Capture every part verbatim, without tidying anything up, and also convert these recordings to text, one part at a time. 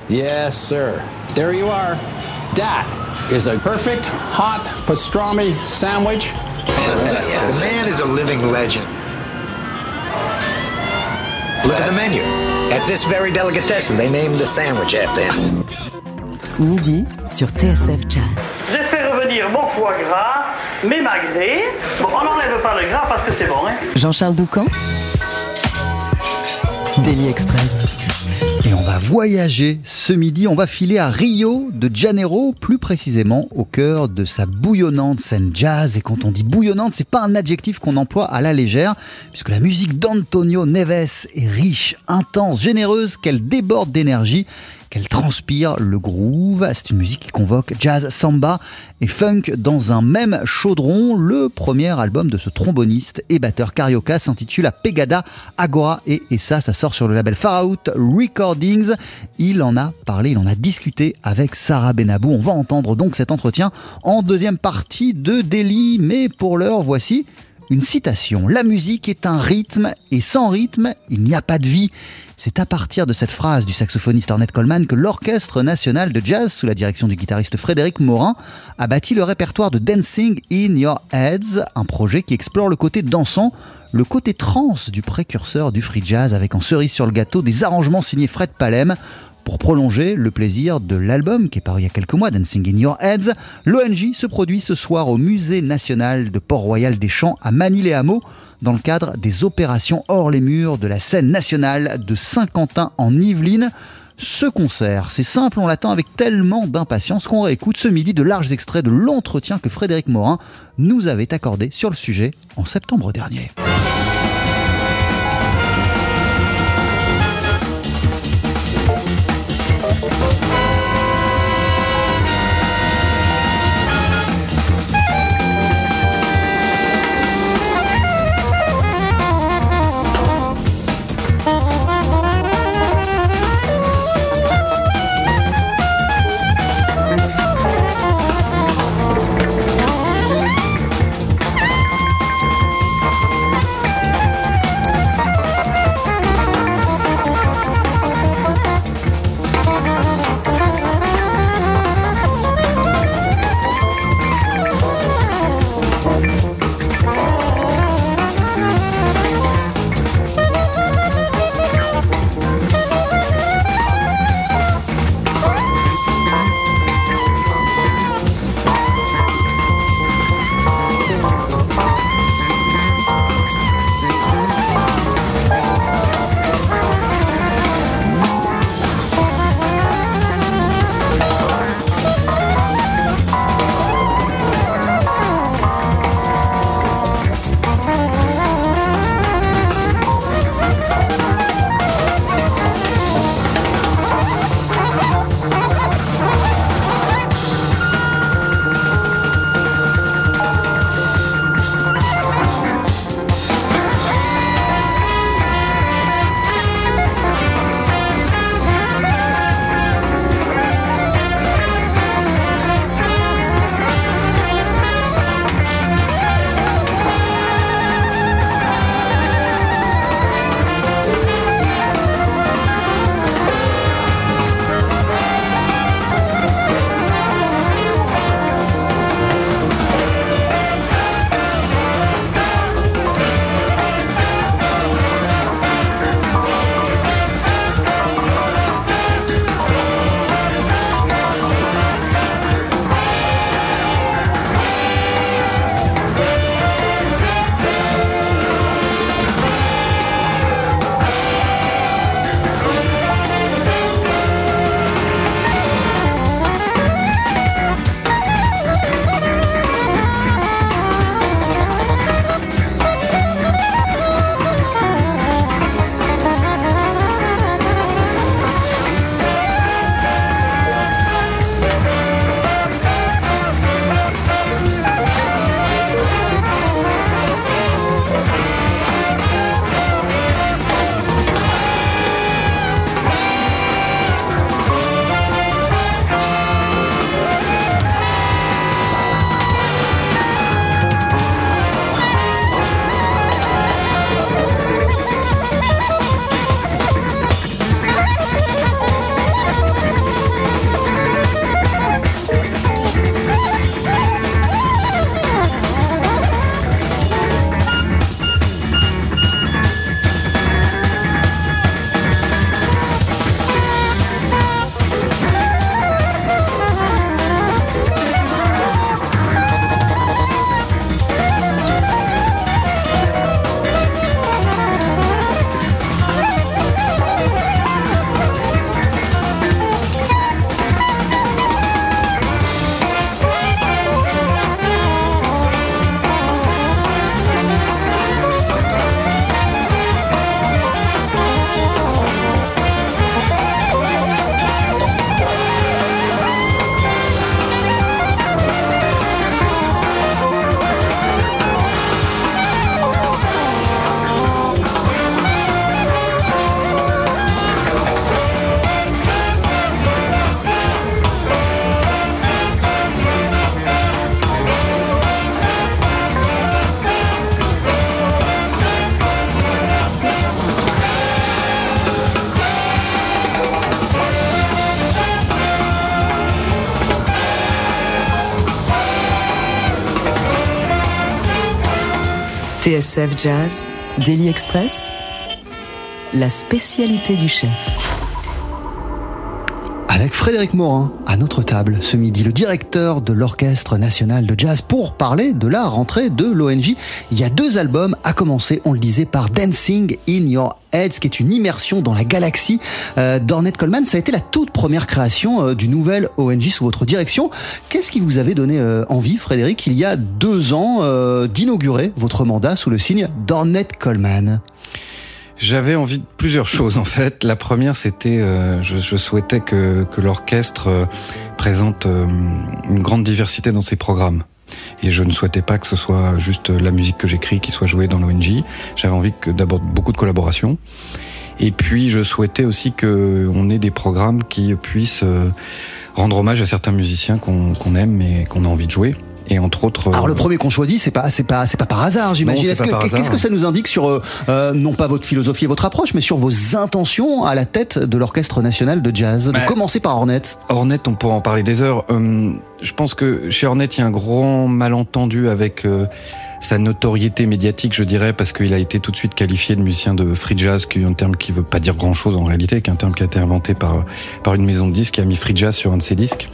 Yes, sir. There you are. That is a perfect hot pastrami sandwich. Fantastic. The man is a living legend. Look at the menu. At this very delicatessen, they named the sandwich after him. Midi sur T S F Jazz. J'ai fait revenir mon foie gras, mes magrets. Bon, on n'enlève pas le gras parce que c'est bon, hein. Jean-Charles Doucan. Daily Express. Et on va voyager ce midi, on va filer à Rio de Janeiro, plus précisément au cœur de sa bouillonnante scène jazz. Et quand on dit bouillonnante, c'est pas un adjectif qu'on emploie à la légère, puisque la musique d'Antonio Neves est riche, intense, généreuse, qu'elle déborde d'énergie, qu'elle transpire le groove. C'est une musique qui convoque jazz, samba et funk dans un même chaudron. Le premier album de ce tromboniste et batteur carioca s'intitule A Pegada Agora et, et ça, ça sort sur le label Far Out Recordings. Il en a parlé, il en a discuté avec Sarah Benabou. On va entendre donc cet entretien en deuxième partie de Daily, mais pour l'heure, voici une citation. La musique est un rythme et sans rythme, il n'y a pas de vie. C'est à partir de cette phrase du saxophoniste Ornette Coleman que l'Orchestre national de jazz, sous la direction du guitariste Frédéric Morin, a bâti le répertoire de Dancing in Your Heads, un projet qui explore le côté dansant, le côté trance du précurseur du free jazz, avec en cerise sur le gâteau des arrangements signés Fred Palem. Pour prolonger le plaisir de l'album qui est paru il y a quelques mois, Dancing in Your Heads, l'O N J se produit ce soir au Musée national de Port-Royal des Champs à Manille-les-Hameaux dans le cadre des opérations hors les murs de la scène nationale de Saint-Quentin en Yvelines. Ce concert, c'est simple, on l'attend avec tellement d'impatience qu'on réécoute ce midi de larges extraits de l'entretien que Frédéric Morin nous avait accordé sur le sujet en septembre dernier. T S F Jazz, Daily Express, la spécialité du chef. Avec Frédéric Morin, à notre table ce midi, le directeur de l'Orchestre National de Jazz, pour parler de la rentrée de l'O N J. Il y a deux albums, à commencer, on le disait, par Dancing in Your Head, qui est une immersion dans la galaxie euh, d'Ornette Coleman. Ça a été la toute première création euh, du nouvel O N J sous votre direction. Qu'est-ce qui vous avait donné euh, envie, Frédéric, il y a deux ans, euh, d'inaugurer votre mandat sous le signe d'Ornette Coleman ? J'avais envie de plusieurs choses en fait. La première, c'était, euh, je, je souhaitais que, que l'orchestre euh, présente euh, une grande diversité dans ses programmes. Et je ne souhaitais pas que ce soit juste la musique que j'écris qui soit jouée dans l'O N J. J'avais envie que d'abord beaucoup de collaborations. Et puis je souhaitais aussi qu'on ait des programmes qui puissent euh, rendre hommage à certains musiciens qu'on, qu'on aime et qu'on a envie de jouer. Et entre autres. Alors le premier qu'on choisit, c'est pas, c'est pas, c'est pas par hasard, j'imagine. Non, Est-ce que, qu'est-ce hasard. que ça nous indique sur euh, euh, non pas votre philosophie et votre approche, mais sur vos intentions à la tête de l'Orchestre National de Jazz, bah, de commencer par Ornette. Ornette, on pourra en parler des heures. Euh, je pense que chez Ornette, il y a un grand malentendu avec euh, sa notoriété médiatique, je dirais, parce qu'il a été tout de suite qualifié de musicien de free jazz, qui est un terme qui veut pas dire grand-chose en réalité, qui est un terme qui a été inventé par par une maison de disques qui a mis free jazz sur un de ses disques.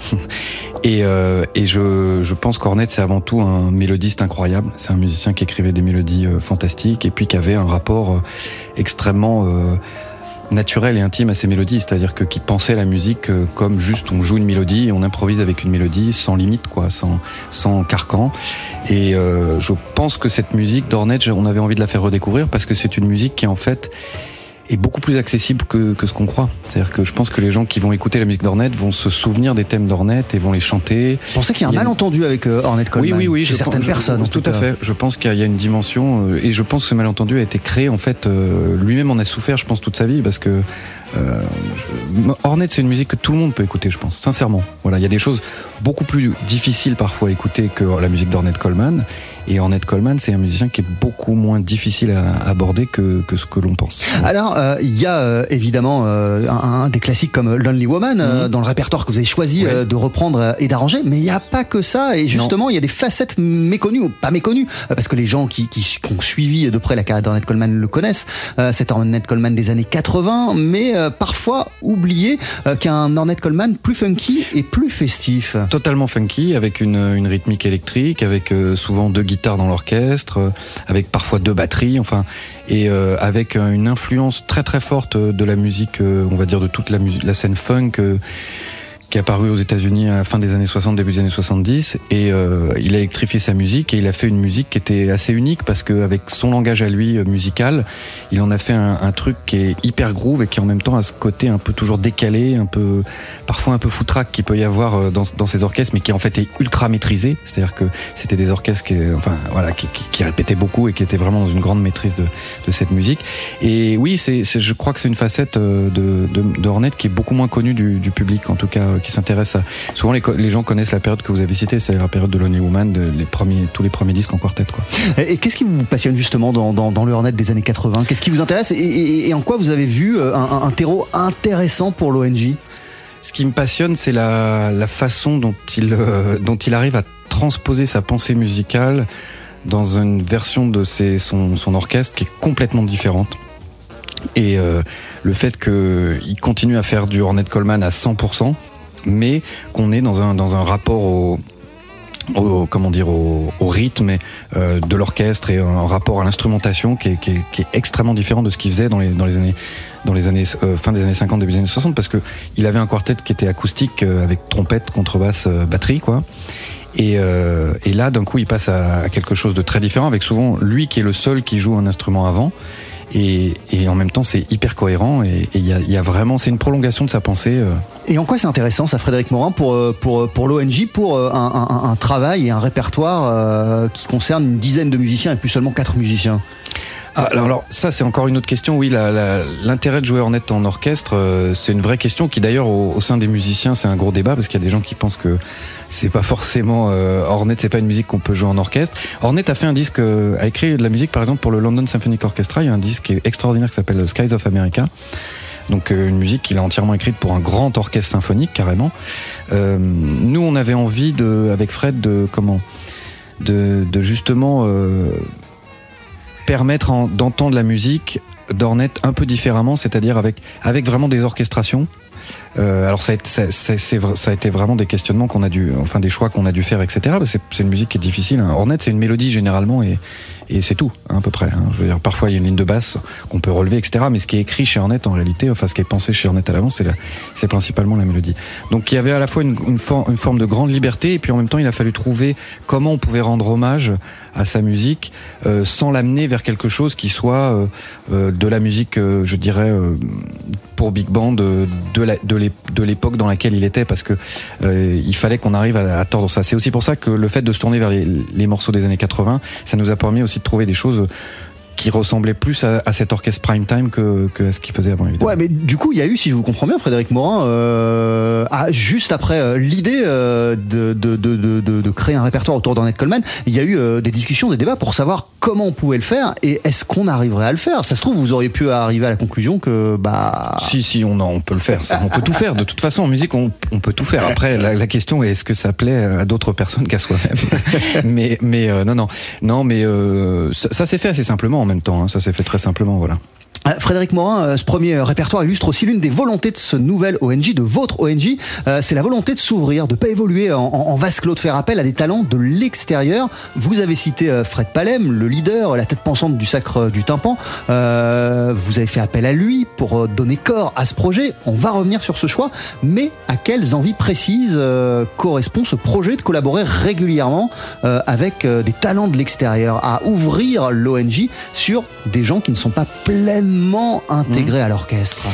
Et, euh, et je, je pense qu'Ornette, c'est avant tout un mélodiste incroyable. C'est un musicien qui écrivait des mélodies euh, fantastiques et puis qui avait un rapport euh, extrêmement euh, naturel et intime à ses mélodies. C'est-à-dire que qui pensait la musique euh, comme juste on joue une mélodie et on improvise avec une mélodie sans limite, quoi, sans, sans carcan. Et euh, je pense que cette musique d'Ornette, on avait envie de la faire redécouvrir parce que c'est une musique qui en fait est beaucoup plus accessible que, que ce qu'on croit. C'est-à-dire que je pense que les gens qui vont écouter la musique d'Ornette vont se souvenir des thèmes d'Ornette et vont les chanter. Vous pensez qu'il y a un Il y a malentendu une... avec euh, Ornette Coleman? Oui, oui, oui. Chez certaines pense, personnes. Je, tout, tout à fait. Je pense qu'il y a une dimension, euh, et je pense que ce malentendu a été créé, en fait, euh, lui-même en a souffert, je pense, toute sa vie, parce que euh, je... Ornette, c'est une musique que tout le monde peut écouter, je pense, sincèrement. Voilà, il y a des choses beaucoup plus difficiles parfois à écouter que la musique d'Ornette Coleman. Et Ornette Coleman, c'est un musicien qui est beaucoup moins difficile à aborder que, que ce que l'on pense. Alors, il euh, y a euh, évidemment euh, un, un des classiques comme Lonely Woman euh, mmh. dans le répertoire que vous avez choisi ouais. euh, de reprendre et d'arranger, mais il n'y a pas que ça. Et justement, il y a des facettes méconnues ou pas méconnues, parce que les gens qui, qui, qui ont suivi de près la carrière d'Ornette Coleman le connaissent. Euh, c'est Ornette Coleman des années quatre-vingts, mais euh, parfois oublié euh, qu'un Ornette Coleman plus funky et plus festif. Totalement funky, avec une, une rythmique électrique, avec euh, souvent deux guitare dans l'orchestre, euh, avec parfois deux batteries, enfin, et euh, avec une influence très très forte de la musique, euh, on va dire de toute la, musique, la scène funk euh, qui est apparue aux États-Unis à la fin des années soixante, début des années soixante-dix, et euh, il a électrifié sa musique et il a fait une musique qui était assez unique parce qu'avec son langage à lui euh, musical, il en a fait un, un truc qui est hyper groove et qui en même temps a ce côté un peu toujours décalé, un peu parfois un peu foutraque qu'il peut y avoir dans, dans ces orchestres, mais qui en fait est ultra maîtrisé. C'est-à-dire que c'était des orchestres qui, enfin voilà, qui, qui, qui répétaient beaucoup et qui étaient vraiment dans une grande maîtrise de, de cette musique. Et oui, c'est, c'est, je crois que c'est une facette de, de, de Ornette qui est beaucoup moins connue du, du public, en tout cas, qui s'intéresse à. Souvent, les, les gens connaissent la période que vous avez citée, c'est la période de Lonely Woman, de, les premiers, tous les premiers disques en quartet, quoi. Et, et qu'est-ce qui vous passionne justement dans, dans, dans le Ornette des années quatre-vingts? Qu'est-ce qui vous intéresse et, et, et en quoi vous avez vu un, un, un terreau intéressant pour l'O N J? Ce qui me passionne, c'est la, la façon dont il, euh, dont il arrive à transposer sa pensée musicale dans une version de ses, son, son orchestre qui est complètement différente. Et euh, le fait qu'il continue à faire du Ornette Coleman à cent pour cent, mais qu'on est dans un, dans un rapport au, au, comment dire, au, au rythme euh, de l'orchestre et un rapport à l'instrumentation qui est, qui est, qui est extrêmement différent de ce qu'il faisait dans les, dans les années, dans les années euh, fin des années cinquante, début des années soixante, parce que il avait un quartet qui était acoustique euh, avec trompette, contrebasse, euh, batterie, quoi. Et, euh, et là, d'un coup, il passe à, à quelque chose de très différent, avec souvent lui qui est le seul qui joue un instrument avant. Et, et en même temps, c'est hyper cohérent et il y a, y a vraiment, c'est une prolongation de sa pensée. Euh. Et en quoi c'est intéressant, ça, Frédéric Morin, pour, pour, pour l'O N J, pour un, un, un travail et un répertoire euh, qui concerne une dizaine de musiciens et plus seulement quatre musiciens? Ah, alors, alors ça c'est encore une autre question. Oui, la, la, l'intérêt de jouer Ornette en orchestre, euh, c'est une vraie question qui d'ailleurs au, au sein des musiciens c'est un gros débat parce qu'il y a des gens qui pensent que c'est pas forcément euh, Ornette, c'est pas une musique qu'on peut jouer en orchestre. Ornette a fait un disque, euh, a écrit de la musique par exemple pour le London Symphonic Orchestra. Il y a un disque qui est extraordinaire qui s'appelle Skies of America. Donc euh, une musique qu'il a entièrement écrite pour un grand orchestre symphonique carrément. Euh, nous on avait envie de, avec Fred, de comment, de, de justement euh, permettre en, d'entendre la musique d'Ornette un peu différemment, c'est-à-dire avec, avec vraiment des orchestrations. Euh, alors ça a, été, ça, c'est, c'est, ça a été vraiment des questionnements qu'on a dû, enfin des choix qu'on a dû faire, et cetera. C'est, c'est une musique qui est difficile. Hein. Ornette, c'est une mélodie généralement et, et c'est tout, hein, à peu près. Hein. Je veux dire, parfois il y a une ligne de basse qu'on peut relever, et cetera. Mais ce qui est écrit chez Ornette, en réalité, enfin ce qui est pensé chez Ornette à l'avance, c'est, la, c'est principalement la mélodie. Donc il y avait à la fois une, une, for, une forme de grande liberté et puis en même temps il a fallu trouver comment on pouvait rendre hommage à sa musique euh, sans l'amener vers quelque chose qui soit euh, euh, de la musique, euh, je dirais, euh, pour big band de, de, la, de, de l'époque dans laquelle il était, parce que euh, il fallait qu'on arrive à, à tordre ça. C'est aussi pour ça que le fait de se tourner vers les, les morceaux des années quatre-vingts, ça nous a permis aussi de trouver des choses qui ressemblait plus à, à cet orchestre prime time que, que à ce qu'il faisait avant, évidemment. Ouais, mais du coup, il y a eu, si je vous comprends bien, Frédéric Morin, euh, ah, juste après euh, l'idée euh, de, de, de, de, de créer un répertoire autour d'Ornette Coleman, il y a eu euh, des discussions, des débats pour savoir comment on pouvait le faire et est-ce qu'on arriverait à le faire. Ça se trouve, vous auriez pu arriver à la conclusion que, bah... Si, si, on, on peut le faire. Ça, on peut tout faire. De toute façon, en musique, on, on peut tout faire. Après, la, la question est, est-ce que ça plaît à d'autres personnes qu'à soi-même? mais, mais euh, non, non. Non, mais euh, ça, ça s'est fait assez simplement en même temps. Hein. Ça s'est fait très simplement, voilà. Frédéric Morin, ce premier répertoire illustre aussi l'une des volontés de ce nouvel O N J, de votre O N J, euh, c'est la volonté de s'ouvrir, de ne pas évoluer en, en vase clos, de faire appel à des talents de l'extérieur. Vous avez cité euh, Fred Palem, le leader, la tête pensante du Sacre du Tympan. Euh, vous avez fait appel à lui pour euh, donner corps à ce projet. On va revenir sur ce choix, mais à quelles envies précises euh, correspond ce projet de collaborer régulièrement euh, avec euh, des talents de l'extérieur, à ouvrir l'O N J sur des gens qui ne sont pas pleinement intégré mmh. à l'orchestre?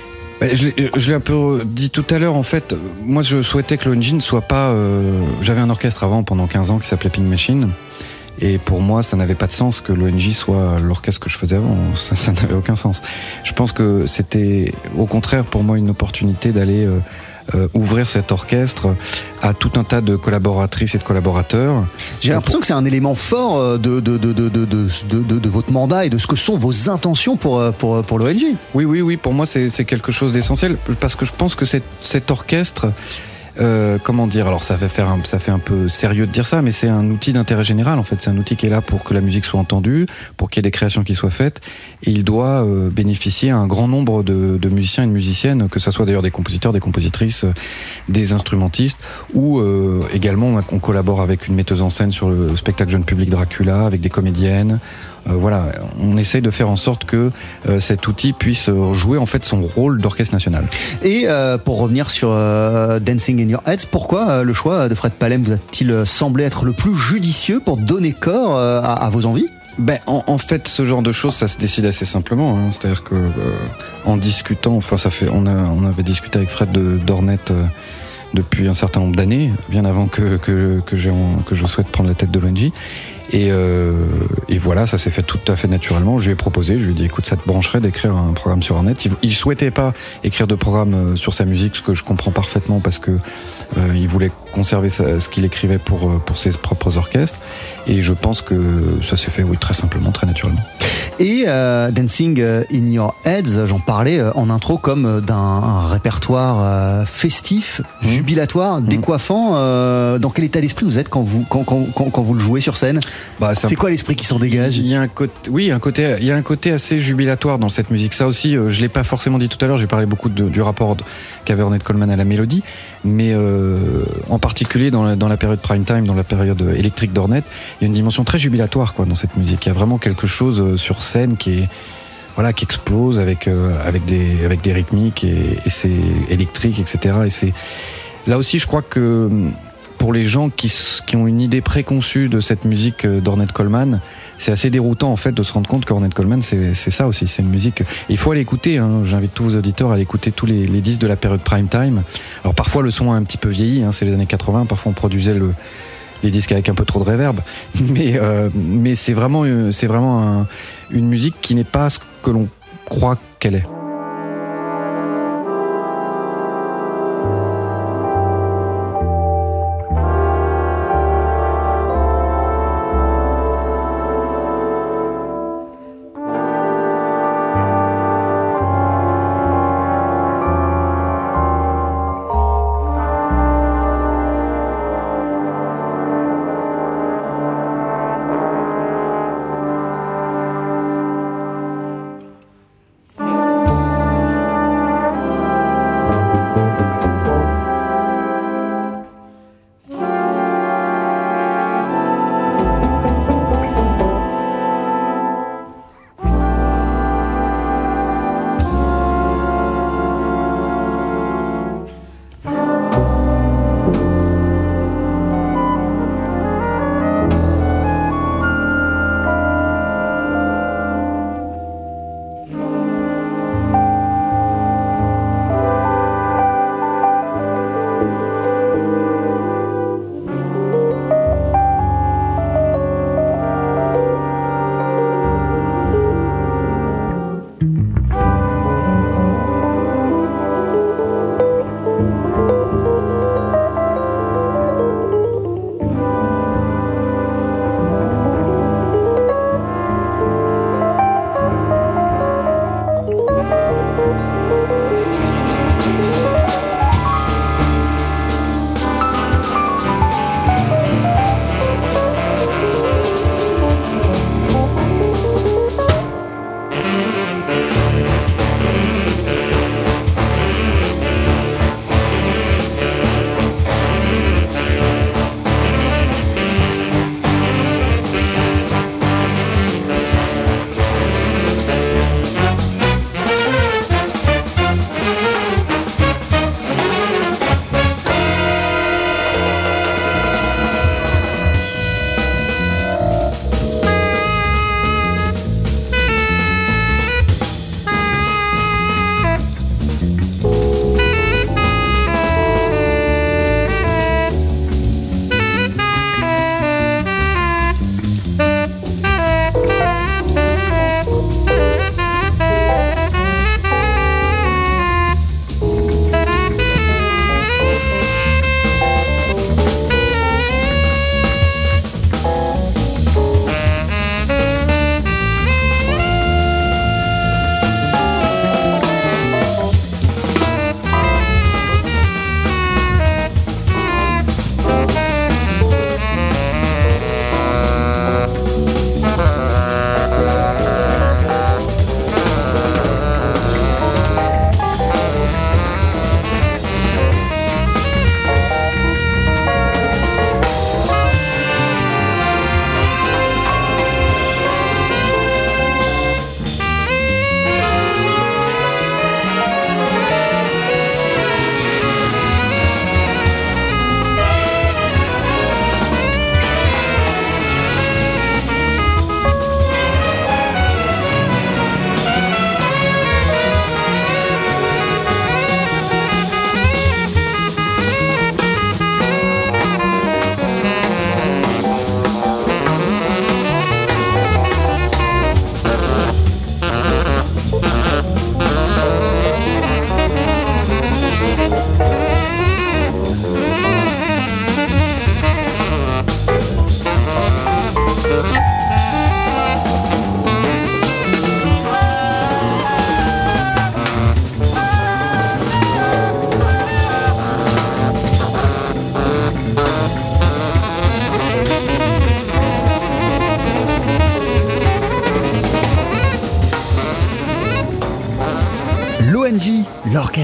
Je l'ai, je l'ai un peu dit tout à l'heure, en fait, moi je souhaitais que l'O N J ne soit pas... Euh, j'avais un orchestre avant, pendant quinze ans, qui s'appelait Pink Machine, et pour moi ça n'avait pas de sens que l'O N J soit l'orchestre que je faisais avant, ça, ça n'avait aucun sens. Je pense que c'était au contraire pour moi une opportunité d'aller... Euh, Euh, ouvrir cet orchestre à tout un tas de collaboratrices et de collaborateurs. J'ai l'impression que c'est un élément fort de, de, de, de, de, de, de, de votre mandat et de ce que sont vos intentions pour, pour, pour l'O N J. Oui, oui, oui, pour moi c'est, c'est quelque chose d'essentiel, parce que je pense que cet, cet orchestre, euh, comment dire, alors ça fait, faire un, ça fait un peu sérieux de dire ça, mais c'est un outil d'intérêt général en fait, c'est un outil qui est là pour que la musique soit entendue, pour qu'il y ait des créations qui soient faites, et il doit euh, bénéficier à un grand nombre de, de musiciens et de musiciennes, que ce soit d'ailleurs des compositeurs, des compositrices, des instrumentistes, ou euh, également on collabore avec une metteuse en scène sur le spectacle jeune public Dracula, avec des comédiennes. Euh, voilà, on essaye de faire en sorte que euh, cet outil puisse jouer en fait son rôle d'orchestre national. Et euh, pour revenir sur euh, Dancing in Your Heads, pourquoi euh, le choix de Fred Palem vous a-t-il semblé être le plus judicieux pour donner corps euh, à, à vos envies? Ben, en, en fait, ce genre de choses, ça se décide assez simplement. Hein. C'est-à-dire que, euh, en discutant, enfin, ça fait, on a, on avait discuté avec Fred de, d'Ornette euh, depuis un certain nombre d'années, bien avant que que que, j'ai en, que je souhaite prendre la tête de l'O N J. Et, euh, et voilà, ça s'est fait tout à fait naturellement. Je lui ai proposé, je lui ai dit, écoute, ça te brancherait d'écrire un programme sur Ornette. Il, il souhaitait pas écrire de programme sur sa musique, ce que je comprends parfaitement, parce que euh, il voulait conserver sa, ce qu'il écrivait pour pour ses propres orchestres. Et je pense que ça s'est fait, oui, très simplement, très naturellement. Et euh, Dancing in Your Heads, j'en parlais en intro, comme d'un un répertoire euh, festif, mmh. jubilatoire, mmh. décoiffant. Euh, dans quel état d'esprit vous êtes quand vous quand quand quand, quand vous le jouez sur scène? Bah, c'est, c'est quoi l'esprit qui s'en dégage? Il y a un côté, oui, un côté, il y a un côté assez jubilatoire dans cette musique. Ça aussi, euh, je l'ai pas forcément dit tout à l'heure. J'ai parlé beaucoup de, du rapport qu'avait Ornette Coleman à la mélodie, mais euh, en particulier dans la, dans la période prime time, dans la période électrique d'Ornette, il y a une dimension très jubilatoire, quoi, dans cette musique. Il y a vraiment quelque chose euh, sur scène qui est, voilà, qui explose avec euh, avec des avec des rythmiques et, et c'est électrique, et cetera. Et c'est là aussi, je crois que pour les gens qui, qui ont une idée préconçue de cette musique d'Ornette Coleman, c'est assez déroutant en fait de se rendre compte qu'Ornette Coleman c'est, c'est ça aussi, c'est une musique. Et il faut aller écouter, hein, j'invite tous vos auditeurs à aller écouter tous les, les disques de la période prime time. Alors parfois le son a un petit peu vieilli, hein, c'est les années quatre-vingts, parfois on produisait le, les disques avec un peu trop de réverb, mais, euh, mais c'est vraiment, c'est vraiment un, une musique qui n'est pas ce que l'on croit qu'elle est.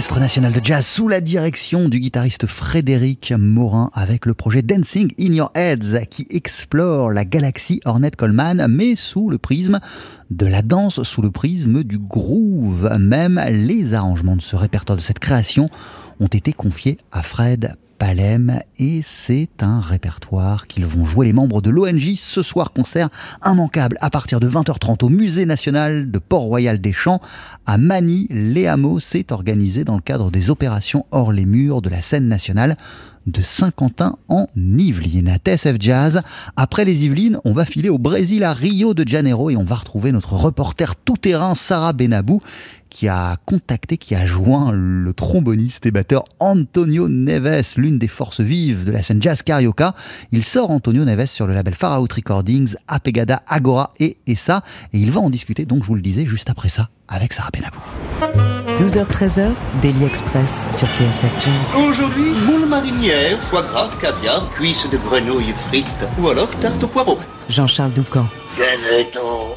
l'Orchestre national de jazz sous la direction du guitariste Frédéric Morin avec le projet Dancing in Your Heads qui explore la galaxie Ornette Coleman mais sous le prisme de la danse, sous le prisme du groove. Même les arrangements de ce répertoire, de cette création ont été confiés à Fred Palem et c'est un répertoire qu'ils vont jouer les membres de l'O N J ce soir. Concert immanquable à partir de vingt heures trente au Musée national de Port-Royal des Champs à Magny-les Hameaux. C'est organisé dans le cadre des opérations hors les murs de la scène nationale de Saint-Quentin en Yvelines. À T S F Jazz, après les Yvelines, on va filer au Brésil à Rio de Janeiro et on va retrouver notre reporter tout-terrain Sarah Benabou qui a contacté, qui a joint le tromboniste et batteur Antonio Neves, l'une des forces vives de la scène jazz carioca. Il sort Antonio Neves sur le label Far Out Recordings, A Pegada, Agora et Essa. Et il va en discuter, donc je vous le disais, juste après ça, avec Sarah Benabou. douze heures treize heures, Daily Express sur T S F Jazz. Aujourd'hui, moule marinière, foie gras, caviar, cuisses de grenouille frites ou alors tarte au poireau. Jean-Charles Doucan. Venez-t'en.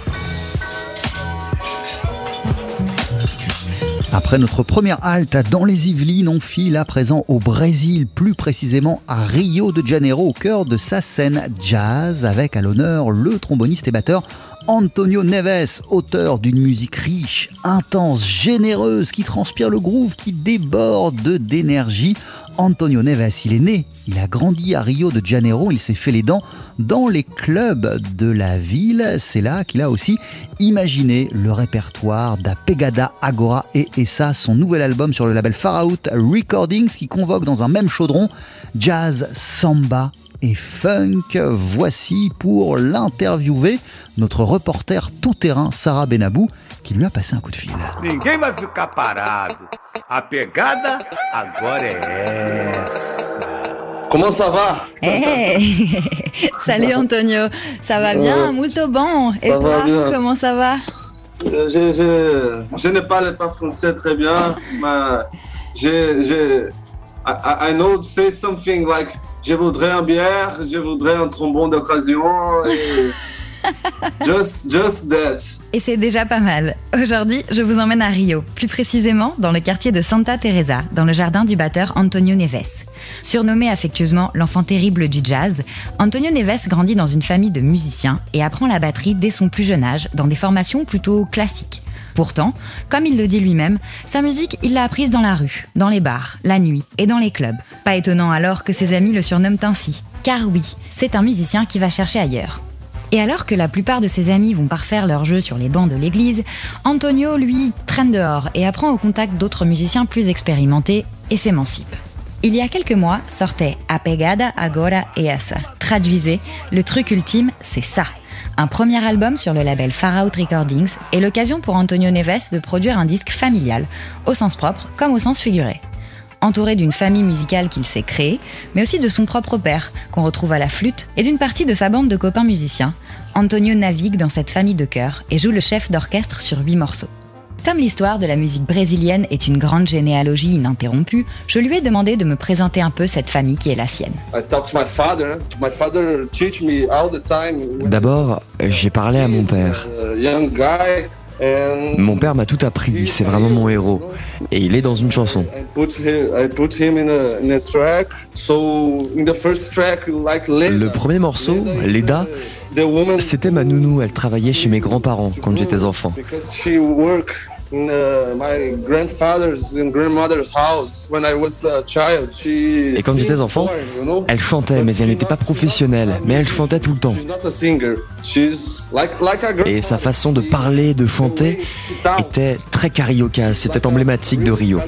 Après notre première halte dans les Yvelines, on file à présent au Brésil, plus précisément à Rio de Janeiro, au cœur de sa scène jazz, avec à l'honneur le tromboniste et batteur Antonio Neves, auteur d'une musique riche, intense, généreuse, qui transpire le groove, qui déborde d'énergie. Antonio Neves, il est né, il a grandi à Rio de Janeiro, il s'est fait les dents dans les clubs de la ville. C'est là qu'il a aussi imaginé le répertoire d'A Pegada, Agora et Essa, son nouvel album sur le label Far Out Recordings qui convoque dans un même chaudron jazz, samba et funk. Voici pour l'interviewer notre reporter tout-terrain Sarah Benabou qui lui a passé un coup de fil. Ninguém vai ficar parado. A pegada agora é essa. Comment ça va? Hey Salut Antonio, ça va bien, euh, molto bon. Et toi, comment ça va? euh, je, je, je ne parle pas français très bien, mais je, je, I, I know to say something like je voudrais un bière, je voudrais un trombone d'occasion. Et... Just, just that. Et c'est déjà pas mal. Aujourd'hui, je vous emmène à Rio, plus précisément dans le quartier de Santa Teresa, dans le jardin du batteur Antonio Neves. Surnommé affectueusement l'enfant terrible du jazz, Antonio Neves grandit dans une famille de musiciens et apprend la batterie dès son plus jeune âge dans des formations plutôt classiques. Pourtant, comme il le dit lui-même, sa musique, il l'a apprise dans la rue, dans les bars, la nuit et dans les clubs. Pas étonnant alors que ses amis le surnomment ainsi. Car oui, c'est un musicien qui va chercher ailleurs. Et alors que la plupart de ses amis vont parfaire leur jeu sur les bancs de l'église, Antonio, lui, traîne dehors et apprend au contact d'autres musiciens plus expérimentés et s'émancipe. Il y a quelques mois, sortait A Pegada, Agora et Essa. Traduisez, le truc ultime, c'est ça. Un premier album sur le label Far Out Recordings est l'occasion pour Antonio Neves de produire un disque familial, au sens propre comme au sens figuré. Entouré d'une famille musicale qu'il s'est créée, mais aussi de son propre père, qu'on retrouve à la flûte, et d'une partie de sa bande de copains musiciens, Antonio navigue dans cette famille de chœurs et joue le chef d'orchestre sur huit morceaux. Comme l'histoire de la musique brésilienne est une grande généalogie ininterrompue, je lui ai demandé de me présenter un peu cette famille qui est la sienne. D'abord, j'ai parlé à mon père. Mon père m'a tout appris, c'est vraiment mon héros. Et il est dans une chanson. Le premier morceau, Leda, c'était ma nounou, elle travaillait chez mes grands-parents quand j'étais enfant. Et quand j'étais enfant, elle chantait, mais elle n'était pas professionnelle, mais elle chantait tout le temps. Et sa façon de parler, de chanter, était très carioca, c'était emblématique de Rio.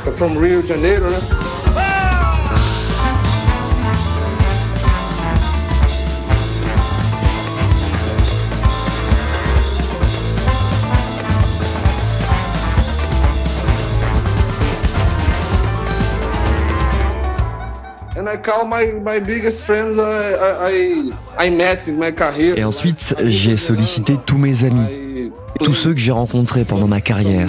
Et ensuite, j'ai sollicité tous mes amis, tous ceux que j'ai rencontrés pendant ma carrière.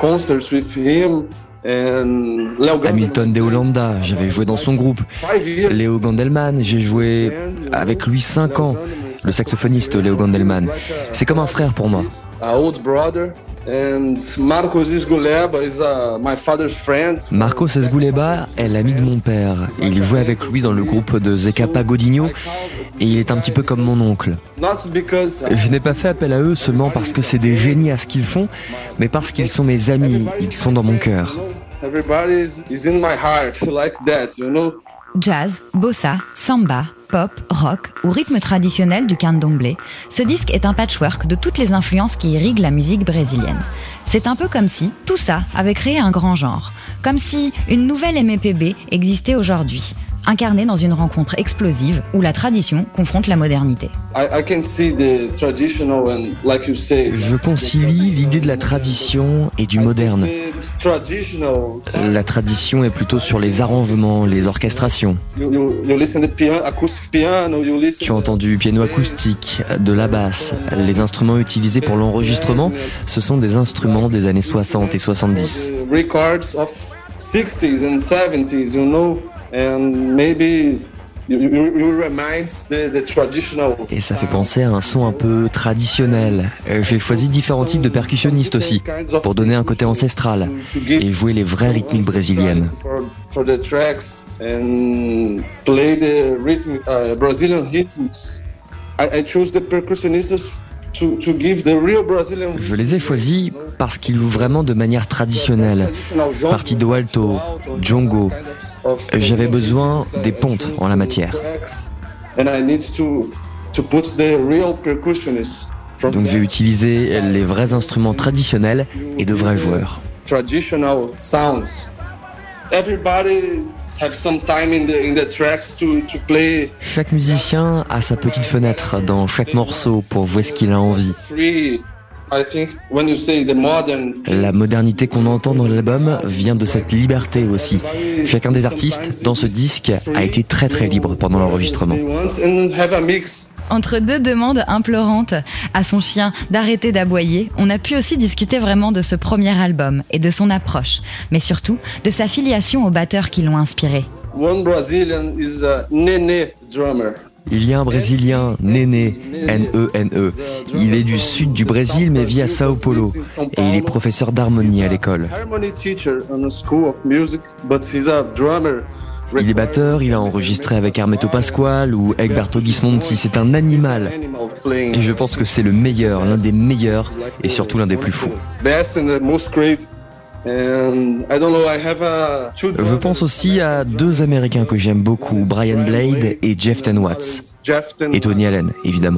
Hamilton de Holanda, j'avais joué dans son groupe. Léo Gandelman, j'ai joué avec lui cinq ans. Le saxophoniste Léo Gandelman, c'est comme un frère pour moi. And Marcos Esguleba is uh, my father's friend. Marcos Esguleba est l'ami de mon père. Il jouait avec lui dans le groupe de Zekapa Godinho et il est un petit peu comme mon oncle. Je n'ai pas fait appel à eux seulement parce que c'est des génies à ce qu'ils font, mais parce qu'ils sont mes amis, ils sont dans mon cœur. Jazz, bossa, samba, pop, rock ou rythme traditionnel du candomblé, ce disque est un patchwork de toutes les influences qui irriguent la musique brésilienne. C'est un peu comme si tout ça avait créé un grand genre, comme si une nouvelle M P B existait aujourd'hui, incarnée dans une rencontre explosive où la tradition confronte la modernité. Je concilie l'idée de la tradition et du moderne. La tradition est plutôt sur les arrangements, les orchestrations. Tu as entendu piano acoustique, de la basse. Les instruments utilisés pour l'enregistrement, ce sont des instruments des années soixante et soixante-dix. Et ça fait penser à un son un peu traditionnel. J'ai choisi différents types de percussionnistes aussi, pour donner un côté ancestral et jouer les vraies rythmiques brésiliennes. Je les ai choisis parce qu'ils jouent vraiment de manière traditionnelle. Partido alto, jongo. J'avais besoin des pontes en la matière. Donc j'ai utilisé les vrais instruments traditionnels et de vrais joueurs. Chaque musicien a sa petite fenêtre dans chaque morceau pour jouer ce qu'il a envie. La modernité qu'on entend dans l'album vient de cette liberté aussi. Chacun des artistes dans ce disque a été très très libre pendant l'enregistrement. Entre deux demandes implorantes à son chien d'arrêter d'aboyer, on a pu aussi discuter vraiment de ce premier album et de son approche, mais surtout de sa filiation aux batteurs qui l'ont inspiré. Il y a un Brésilien, Néné, N E N E. Il est du sud du Brésil mais vit à Sao Paulo et il est professeur d'harmonie à l'école. Il est batteur, il a enregistré avec Hermeto Pascoal ou Egberto Gismonti. C'est un animal. Et je pense que c'est le meilleur, l'un des meilleurs et surtout l'un des plus fous. Je pense aussi à deux Américains que j'aime beaucoup, Brian Blade et Jeff Ten Watts. Et Tony Allen, évidemment.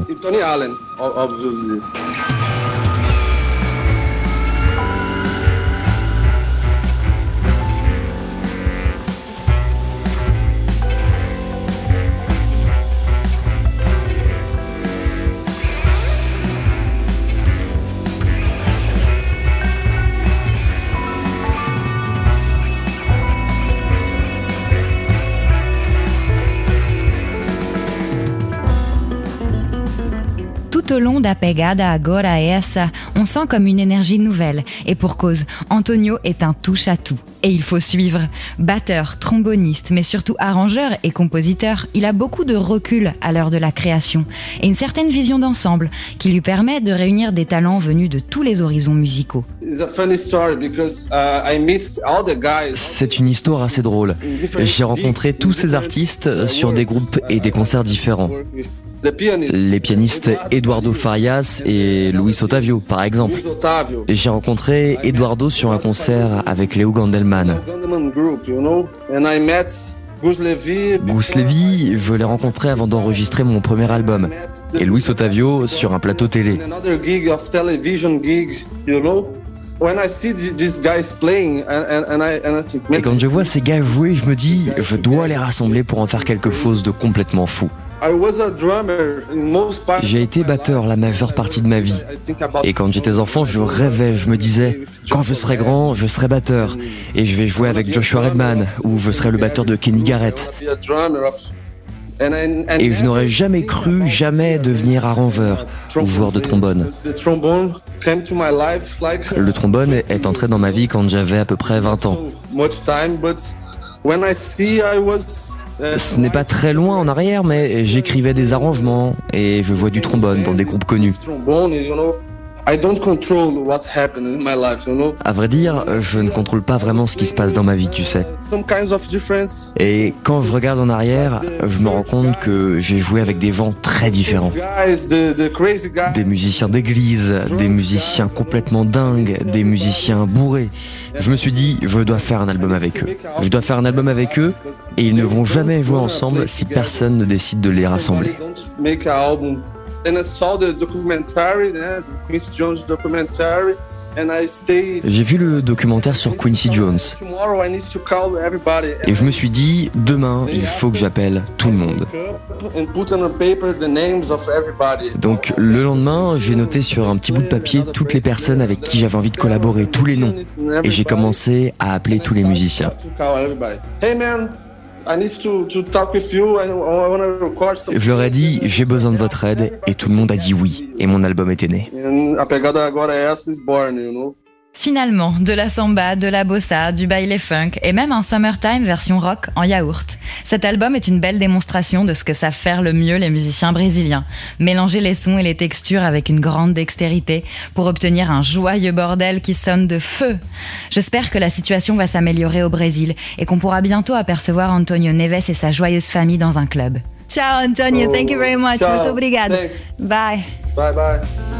Tout au long d'A Pegada Agora Essa, on sent comme une énergie nouvelle. Et pour cause, Antonio est un touche-à-tout. Et il faut suivre. Batteur, tromboniste, mais surtout arrangeur et compositeur, il a beaucoup de recul à l'heure de la création et une certaine vision d'ensemble qui lui permet de réunir des talents venus de tous les horizons musicaux. C'est une histoire assez drôle. J'ai rencontré tous ces artistes sur des groupes et des concerts différents. Les pianistes Eduardo Farias et Luis Otavio, par exemple. J'ai rencontré Eduardo sur un concert avec Léo Gandelman. Gus Levy, je l'ai rencontré avant d'enregistrer mon premier album. Et Luis Otavio sur un plateau télé. Et quand je vois ces gars jouer, je me dis, je dois les rassembler pour en faire quelque chose de complètement fou. J'ai été batteur la majeure partie de ma vie. Et quand j'étais enfant, je rêvais, je me disais, quand je serai grand, je serai batteur. Et je vais jouer avec Joshua Redman, ou je serai le batteur de Kenny Garrett. Et je n'aurais jamais cru jamais devenir arrangeur ou joueur de trombone. Le trombone est entré dans ma vie quand j'avais à peu près vingt ans. Ce n'est pas très loin en arrière, mais j'écrivais des arrangements et je jouais du trombone dans des groupes connus. I don't control what happened in my life, you know? À vrai dire, je ne contrôle pas vraiment ce qui se passe dans ma vie, tu sais. Some kinds of difference. Et quand je regarde en arrière, je me rends compte que j'ai joué avec des gens très différents. Guys, the, the crazy guys. Des musiciens d'église, des musiciens complètement dingues, des musiciens bourrés. Je me suis dit, je dois faire un album avec eux. Je dois faire un album avec eux et ils ne vont jamais jouer ensemble si personne ne décide de les rassembler. And I saw the documentary, the Quincy Jones documentary, and I stayed. J'ai vu le documentaire sur Quincy Jones. Et je me suis dit, demain, il faut que j'appelle tout le monde. Donc le lendemain, j'ai noté sur un petit bout de papier toutes les personnes avec qui j'avais envie de collaborer, tous les noms. Et j'ai commencé à appeler tous les musiciens. Je leur ai dit, j'ai besoin de votre aide, et tout le monde a dit oui, et mon album était né. Finalement, de la samba, de la bossa, du baile funk et même un summertime version rock en yaourt. Cet album est une belle démonstration de ce que savent faire le mieux les musiciens brésiliens. Mélanger les sons et les textures avec une grande dextérité pour obtenir un joyeux bordel qui sonne de feu. J'espère que la situation va s'améliorer au Brésil et qu'on pourra bientôt apercevoir Antonio Neves et sa joyeuse famille dans un club. Ciao Antonio, thank you very much. Ciao. Muito obrigado. Thanks. Bye. Bye bye.